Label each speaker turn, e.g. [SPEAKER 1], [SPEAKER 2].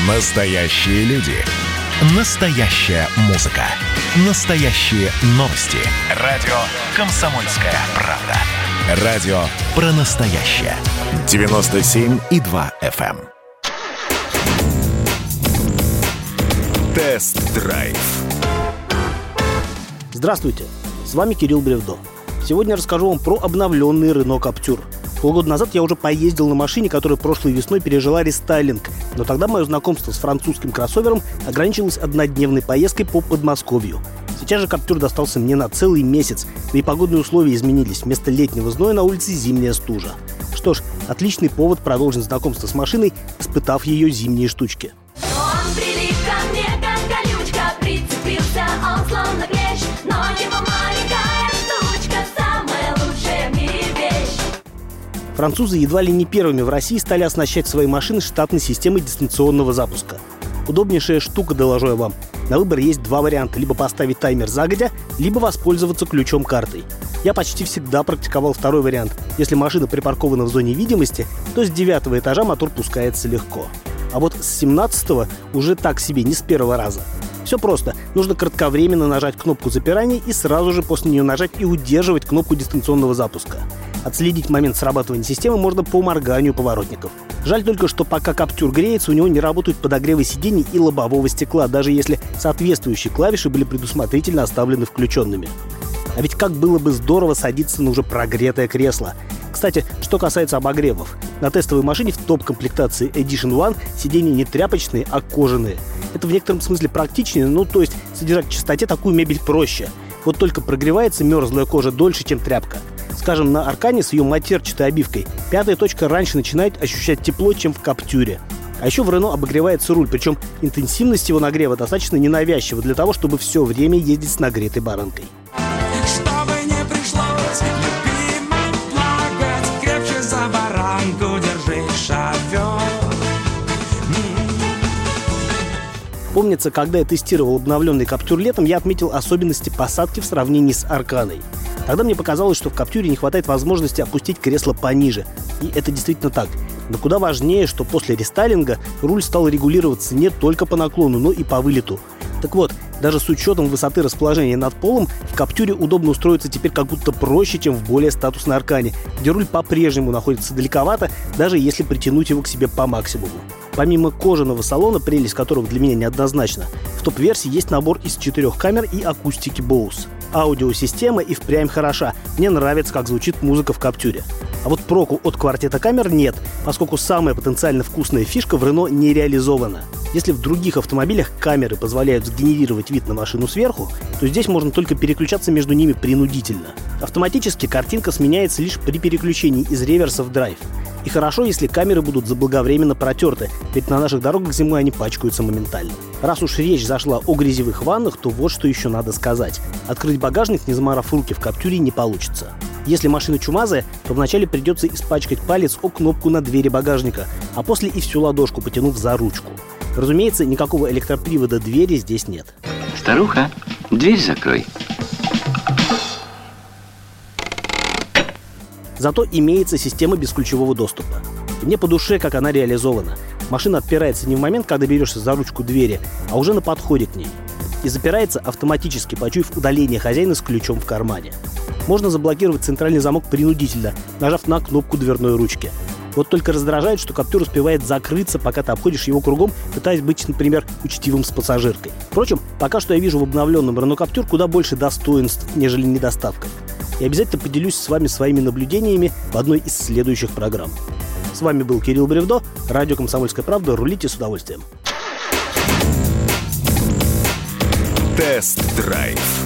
[SPEAKER 1] Настоящие люди. Настоящая музыка. Настоящие новости. Радио «Комсомольская правда». Радио про настоящее. 97,2 FM. Тест-драйв.
[SPEAKER 2] Здравствуйте, с вами Кирилл Бревдо. Сегодня я расскажу вам про обновленный Renault Captur. Полгода назад я уже поездил на машине, которая прошлой весной пережила рестайлинг, но тогда мое знакомство с французским кроссовером ограничилось однодневной поездкой по Подмосковью. Сейчас же Captur достался мне на целый месяц, да и погодные условия изменились. Вместо летнего зноя на улице зимняя стужа. Что ж, отличный повод продолжить знакомство с машиной, испытав ее зимние штучки. Французы едва ли не первыми в России стали оснащать свои машины штатной системой дистанционного запуска. Удобнейшая штука, доложу я вам. На выбор есть два варианта: либо поставить таймер загодя, либо воспользоваться ключом-картой. Я почти всегда практиковал второй вариант. Если машина припаркована в зоне видимости, то с 9-го этажа мотор пускается легко. А вот с 17-го уже так себе, не с первого раза. Все просто. Нужно кратковременно нажать кнопку запирания и сразу же после нее нажать и удерживать кнопку дистанционного запуска. Отследить момент срабатывания системы можно по морганию поворотников. Жаль только, что пока Captur греется, у него не работают подогревы сидений и лобового стекла, даже если соответствующие клавиши были предусмотрительно оставлены включенными. А ведь как было бы здорово садиться на уже прогретое кресло. Кстати, что касается обогревов. На тестовой машине в топ-комплектации Edition One сиденья не тряпочные, а кожаные. Это в некотором смысле практичнее, то есть содержать в чистоте такую мебель проще. Вот только прогревается мерзлая кожа дольше, чем тряпка. Скажем, на Аркане с ее матерчатой обивкой пятая точка раньше начинает ощущать тепло, чем в Каптюре. А еще в Renault обогревается руль, причем интенсивность его нагрева достаточно ненавязчива для того, чтобы все время ездить с нагретой баранкой.
[SPEAKER 3] Чтобы не пришлось любимой плакать, крепче за баранку держи, шофер.
[SPEAKER 2] Помнится, когда я тестировал обновленный Captur летом, я отметил особенности посадки в сравнении с Арканой. Тогда мне показалось, что в Captur не хватает возможности опустить кресло пониже. И это действительно так. Но куда важнее, что после рестайлинга руль стал регулироваться не только по наклону, но и по вылету. Так вот, даже с учетом высоты расположения над полом, в Captur удобно устроиться теперь как будто проще, чем в более статусной Аркане, где руль по-прежнему находится далековато, даже если притянуть его к себе по максимуму. Помимо кожаного салона, прелесть которого для меня неоднозначна, в топ-версии есть набор из 4 камер и акустики Bose. Аудиосистема и впрямь хороша. Мне нравится, как звучит музыка в Captur. А вот проку от квартета камер нет, поскольку самая потенциально вкусная фишка в Renault не реализована. Если в других автомобилях камеры позволяют сгенерировать вид на машину сверху, то здесь можно только переключаться между ними принудительно. Автоматически картинка сменяется лишь при переключении из реверса в драйв. И хорошо, если камеры будут заблаговременно протерты, ведь на наших дорогах зимой они пачкаются моментально. Раз уж речь зашла о грязевых ваннах, то вот что еще надо сказать. Открыть багажник, не замарав руки в Captur, не получится. Если машина чумазая, то вначале придется испачкать палец о кнопку на двери багажника, а после и всю ладошку, потянув за ручку. Разумеется, никакого электропривода двери здесь нет.
[SPEAKER 4] Старуха, дверь закрой.
[SPEAKER 2] Зато имеется система бесключевого доступа. И мне по душе, как она реализована. Машина отпирается не в момент, когда берешься за ручку двери, а уже на подходе к ней. И запирается автоматически, почуяв удаление хозяина с ключом в кармане. Можно заблокировать центральный замок принудительно, нажав на кнопку дверной ручки. Вот только раздражает, что Captur успевает закрыться, пока ты обходишь его кругом, пытаясь быть, например, учтивым с пассажиркой. Впрочем, пока что я вижу в обновленном Renault Captur куда больше достоинств, нежели недостатков. И обязательно поделюсь с вами своими наблюдениями в одной из следующих программ. С вами был Кирилл Бревдо, радио «Комсомольская правда». Рулите с удовольствием.
[SPEAKER 1] Тест-драйв.